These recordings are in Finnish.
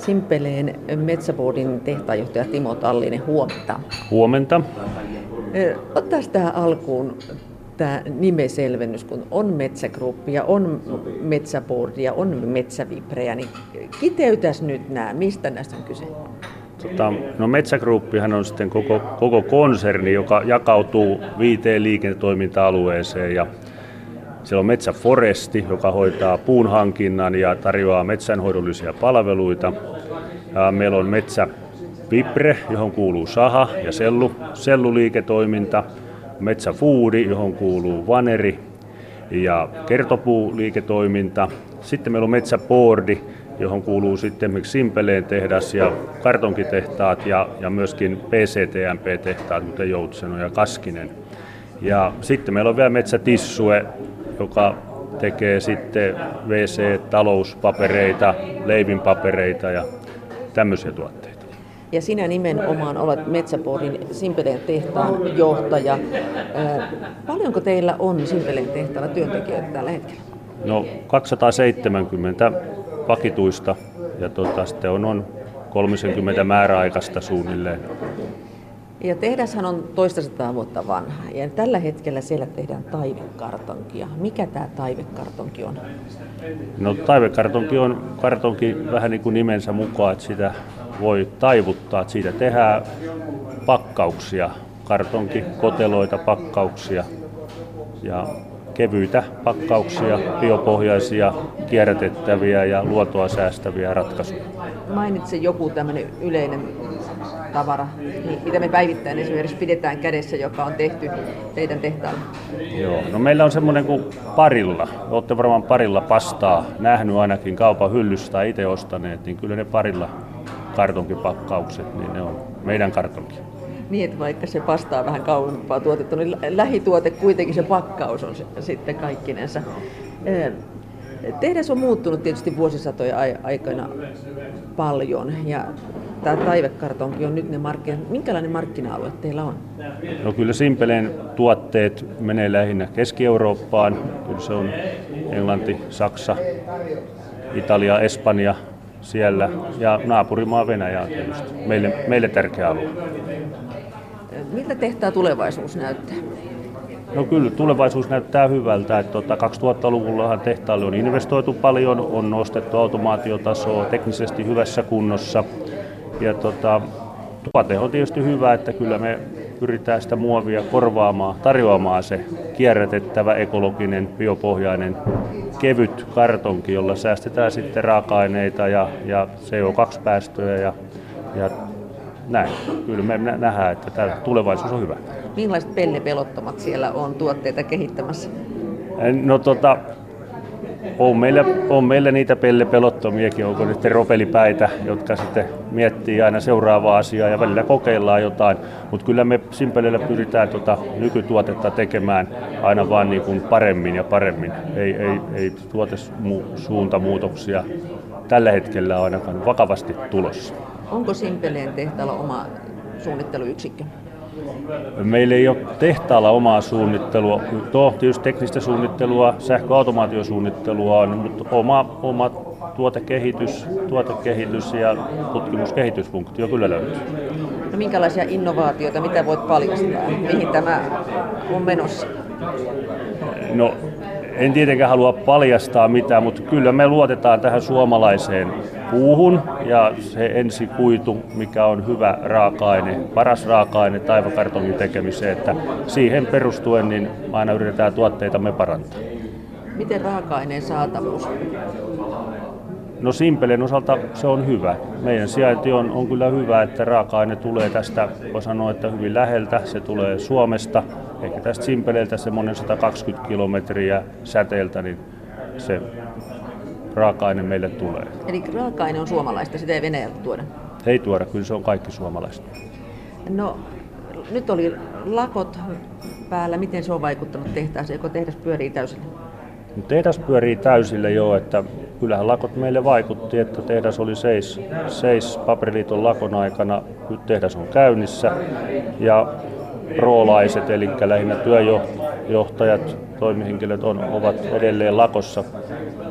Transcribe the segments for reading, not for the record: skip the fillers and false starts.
Simpeleen Metsäboardin tehtaanjohtaja Timo Tallinen, huomenta. Huomenta. Ottaisi tähän alkuun tämä nimeselvennys, kun on Metsä Group ja on Metsäboard ja on Metsävipre, niin kiteytäisi nyt nämä, mistä näistä on kyse? No Metsä Groupihan on sitten koko konserni, joka jakautuu 5 liiketoiminta-alueeseen ja siellä on Metsä Foresti, joka hoitaa puun hankinnan ja tarjoaa metsänhoidollisia palveluita. Ja meillä on Metsä Vipre, johon kuuluu saha ja selluliiketoiminta. Metsä Foodi, johon kuuluu vaneri ja kertopuuliiketoiminta. Sitten meillä on Metsä Boardi, johon kuuluu sitten esimerkiksi Simpeleen tehdas ja kartonkitehtaat ja myöskin PCTMP-tehtaat, kuten Joutseno ja Kaskinen. Ja sitten meillä on vielä Metsä Tissue, joka tekee sitten WC-talouspapereita, leivinpapereita ja tämmöisiä tuotteita. Ja sinä nimenomaan olet Metsäboardin Simpeleen tehtaan johtaja. Paljonko teillä on Simpeleen tehtaalla työntekijöitä tällä hetkellä? No 270 vakituista ja sitten on 30 määräaikaista suunnilleen. Ja tehdashan on toistasataa vuotta vanha ja tällä hetkellä siellä tehdään taivekartonkia. Mikä tämä taivekartonki on? No taivekartonki on kartonki vähän niin kuin nimensä mukaan, että sitä voi taivuttaa. Että siitä tehdään pakkauksia, kartonkikoteloita, pakkauksia ja kevyitä pakkauksia, biopohjaisia, kierrätettäviä ja luontoa säästäviä ratkaisuja. Mainitse joku tämmöinen yleinen tavara, mitä me päivittäin esimerkiksi pidetään kädessä, joka on tehty teidän tehtaalla? Joo, no meillä on semmoinen kuin Parilla. Olette varmaan Parilla pastaa nähnyt ainakin kaupan hyllyssä tai itse ostaneet, niin kyllä ne Parilla kartonkipakkaukset, niin ne on meidän kartonki. Niin, että vaikka se pastaa vähän kauempaa tuotettu, niin lähituote kuitenkin se pakkaus on sitten kaikkinensa. Tehdas on muuttunut tietysti vuosisatojen aikana paljon ja tämä taivekartonki on nyt ne markkinat. Minkälainen markkina-alue teillä on? No kyllä Simpeleen tuotteet menee lähinnä Keski-Eurooppaan. Kyllä se on Englanti, Saksa, Italia, Espanja siellä ja naapurimaa Venäjä on tietysti meille tärkeä alue. Miltä tehtaan tulevaisuus näyttää? No kyllä tulevaisuus näyttää hyvältä. Että 2000-luvullahan tehtaalle on investoitu paljon, on nostettu automaatiotasoa, teknisesti hyvässä kunnossa. Ja tuote on tietysti hyvä, että kyllä me pyritään sitä muovia korvaamaan, tarjoamaan se kierrätettävä, ekologinen, biopohjainen, kevyt kartonki, jolla säästetään sitten raaka-aineita ja CO2-päästöjä ja näin. Kyllä me nähdään, että tämä tulevaisuus on hyvä. Millaiset pellepelottomat siellä on tuotteita kehittämässä? No on meillä niitä pellepelottomiakin, onko nyt ropelipäitä, jotka sitten miettii aina seuraavaa asiaa ja välillä kokeillaan jotain, mutta kyllä me Simpeleellä pyritään nykytuotetta tekemään aina vaan niin kuin paremmin ja paremmin. Ei tuotesuuntamuutoksia tällä hetkellä ole ainakaan vakavasti tulossa. Onko Simpeleen tehtaalla oma suunnitteluyksikkö? Meillä ei ole tehtaalla omaa suunnittelua. Tietysti teknistä suunnittelua, sähköautomaatiosuunnittelua on, mutta oma tuotekehitys ja tutkimuskehitysfunktio kyllä löytyy. No minkälaisia innovaatioita, mitä voit paljastaa? Mihin tämä on menossa? No, en tietenkään halua paljastaa mitään, mutta kyllä me luotetaan tähän suomalaiseen puuhun ja se ensikuitu, mikä on hyvä raaka-aine, paras raaka-aine taivakartongin tekemiseen, että siihen perustuen niin aina yritetään tuotteitamme parantaa. Miten raaka-aineen saatavuus? No Simpeleen osalta se on hyvä. Meidän sijainti on kyllä hyvä, että raaka-aine tulee tästä, voi sanoa, että hyvin läheltä. Se tulee Suomesta, eikä tästä Simpeleeltä semmoinen 120 kilometriä säteeltä, niin se raaka-aine meille tulee. Eli raaka-aine on suomalaista, sitä ei Venäjältä tuoda? Ei tuoda, kyllä se on kaikki suomalaista. No nyt oli lakot päällä, miten se on vaikuttanut tehtaaseen, joko tehdas pyörii täysillä? Tehdas pyörii täysillä jo, että kyllähän lakot meille vaikutti, että tehdas oli seis Paperiliiton lakon aikana. Nyt tehdas on käynnissä ja proolaiset, eli lähinnä työjohtajat, toimihenkilöt ovat edelleen lakossa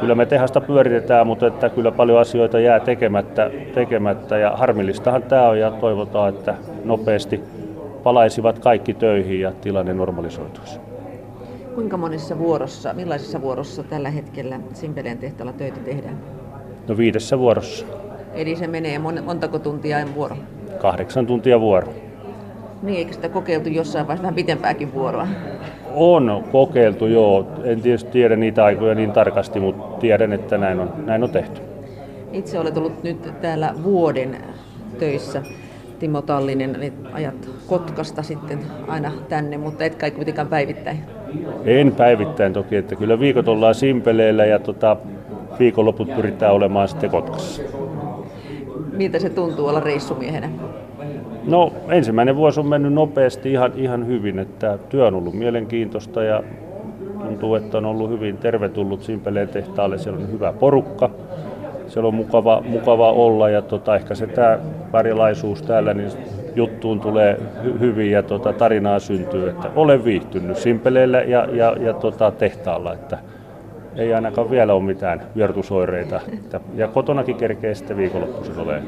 kyllä me tehasta pyöritetään, mutta että kyllä paljon asioita jää tekemättä ja harmillistahan tämä on ja toivotaan, että nopeasti palaisivat kaikki töihin ja tilanne normalisoituisi. Kuinka monissa vuorossa, millaisissa vuorossa tällä hetkellä Simpeleen tehtaalla töitä tehdään? No 5 vuorossa. Eli se menee montako tuntia vuoro? 8 tuntia vuoro. Niin, eikö sitä kokeiltu jossain vaiheessa vähän pitempääkin vuoroa? On kokeiltu, joo. En tietysti tiedä niitä aikoja niin tarkasti, mutta tiedän, että näin on tehty. Itse olet ollut nyt täällä vuoden töissä. Timo Tallinen, eli ajat Kotkasta sitten aina tänne, mutta et kai kuitenkaan päivittäin. En päivittäin toki, että kyllä viikot ollaan Simpeleellä ja viikonloput pyritään olemaan sitten Kotkassa. Miltä se tuntuu olla reissumiehenä? No ensimmäinen vuosi on mennyt nopeasti ihan hyvin, että työ on ollut mielenkiintoista ja tuntuu, että on ollut hyvin tervetullut Simpeleen tehtaalle. Siellä on hyvä porukka, siellä on mukava olla ja ehkä se tämä pärjälaisuus täällä niin juttuun tulee hyvin ja tarinaa syntyy, että olen viihtynyt Simpeleellä ja tehtaalla, että ei ainakaan vielä ole mitään vierotusoireita ja kotonakin kerkee sitten viikonloppuisin olemaan.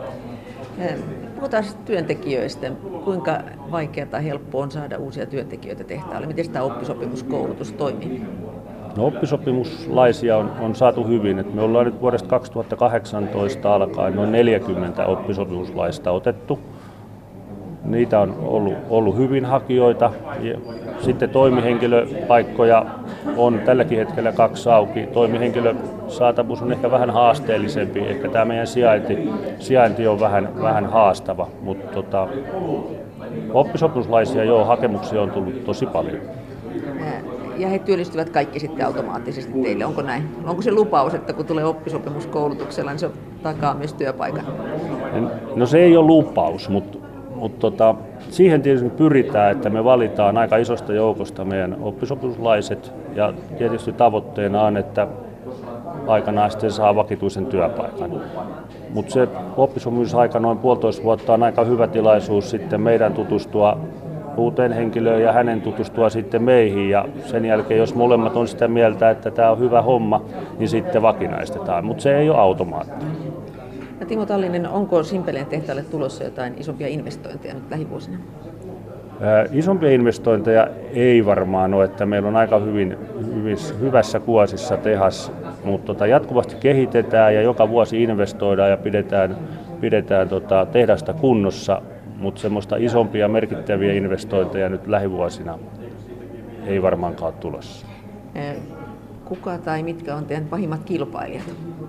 Puhutaan työntekijöistä. Kuinka vaikeaa tai helppoa on saada uusia työntekijöitä tehtaalle? Miten tämä oppisopimuskoulutus toimii? No, oppisopimuslaisia on saatu hyvin. Et me ollaan nyt vuodesta 2018 alkaen noin 40 oppisopimuslaista otettu. Niitä on ollut hyvin hakijoita. Ja sitten toimihenkilöpaikkoja on tälläkin hetkellä 2 auki. Toimihenkilösaatavuus on ehkä vähän haasteellisempi. Ehkä tämä meidän sijainti on vähän haastava. Mutta oppisopimuslaisia hakemuksia on tullut tosi paljon. Ja he työllistyvät kaikki sitten automaattisesti teille, onko näin? Onko se lupaus, että kun tulee oppisopimuskoulutuksella, niin se takaa myös työpaikan? No se ei ole lupaus, mutta siihen tietysti pyritään, että me valitaan aika isosta joukosta meidän oppisopimuslaiset ja tietysti tavoitteena on, että aikanaan sitten saa vakituisen työpaikan. Mutta se oppisopimusaika noin 1,5 vuotta on aika hyvä tilaisuus sitten meidän tutustua uuteen henkilöön ja hänen tutustua sitten meihin ja sen jälkeen, jos molemmat on sitä mieltä, että tämä on hyvä homma, niin sitten vakinaistetaan, mutta se ei ole automaatti. Ja Timo Tallinen, onko Simpeleen tehtaalle tulossa jotain isompia investointeja nyt lähivuosina? Isompia investointeja ei varmaan ole, että meillä on aika hyvässä kuosissa tehas, mutta jatkuvasti kehitetään ja joka vuosi investoidaan ja pidetään tehdasta kunnossa. Mutta semmoista isompia merkittäviä investointeja nyt lähivuosina ei varmaankaan ole tulossa. Kuka tai mitkä on teidän pahimmat kilpailijat?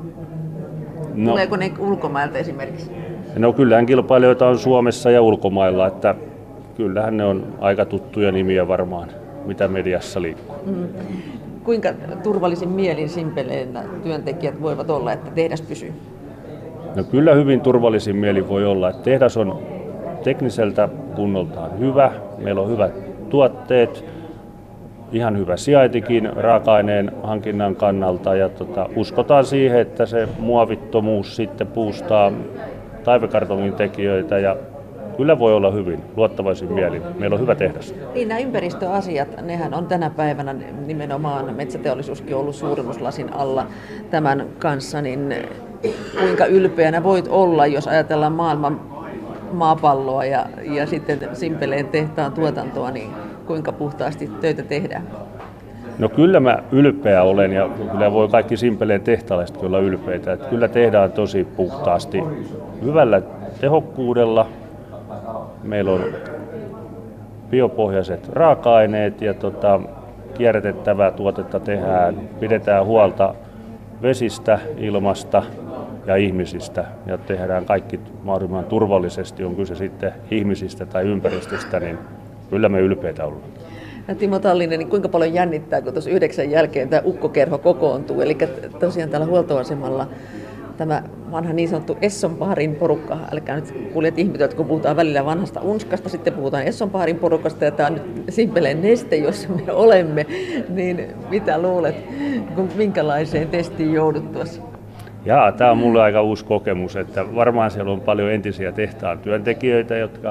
Tuleeko ne ulkomailta esimerkiksi? No kyllähän kilpailijoita on Suomessa ja ulkomailla, että kyllähän ne on aika tuttuja nimiä varmaan, mitä mediassa liikkuu. Kuinka turvallisin mielin Simpeleen työntekijät voivat olla, että tehdas pysyy? No kyllä hyvin turvallisin mielin voi olla, että tehdas on tekniseltä kunnoltaan hyvä, meillä on hyvät tuotteet, ihan hyvä sijaintikin raaka-aineen hankinnan kannalta ja uskotaan siihen, että se muovittomuus sitten puustaa taivekartongin tekijöitä ja kyllä voi olla hyvin luottavaisin mielin. Meillä on hyvä tehdas. Niin, nämä ympäristöasiat, nehän on tänä päivänä nimenomaan metsäteollisuuskin ollut suurennuslasin alla tämän kanssa, niin kuinka ylpeänä voit olla, jos ajatellaan maailman maapalloa ja sitten Simpeleen tehtaan tuotantoa, niin kuinka puhtaasti töitä tehdään? No kyllä mä ylpeä olen ja kyllä voi kaikki Simpeleen tehtaalaisetkin olla ylpeitä. Että kyllä tehdään tosi puhtaasti, hyvällä tehokkuudella. Meillä on biopohjaiset raaka-aineet ja kierrätettävää tuotetta tehdään. Pidetään huolta vesistä, ilmasta ja ihmisistä ja tehdään kaikki mahdollisimman turvallisesti, on kyse sitten ihmisistä tai ympäristöstä, niin kyllä me ylpeitä ollaan. Ja Timo Tallinen, niin kuinka paljon jännittää, kun tuossa 9 jälkeen tämä ukkokerho kokoontuu, eli tosiaan täällä huoltoasemalla tämä vanha niin sanottu Esson-Paharin porukka, älkää nyt kuulijat ihmetyt, kun puhutaan välillä vanhasta Unskasta, sitten puhutaan Esson-Paharin porukasta ja tämä on nyt Simpeleen Neste, jossa me olemme, niin mitä luulet, minkälaiseen testiin joudut tuossa? Jaa, tämä on mulle aika uusi kokemus, että varmaan siellä on paljon entisiä tehtaan työntekijöitä, jotka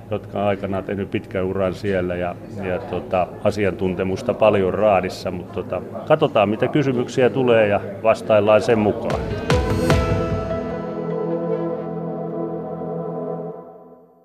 jotka on aikanaan tehnyt pitkän uran siellä ja asiantuntemusta paljon raadissa, mutta katsotaan mitä kysymyksiä tulee ja vastaillaan sen mukaan.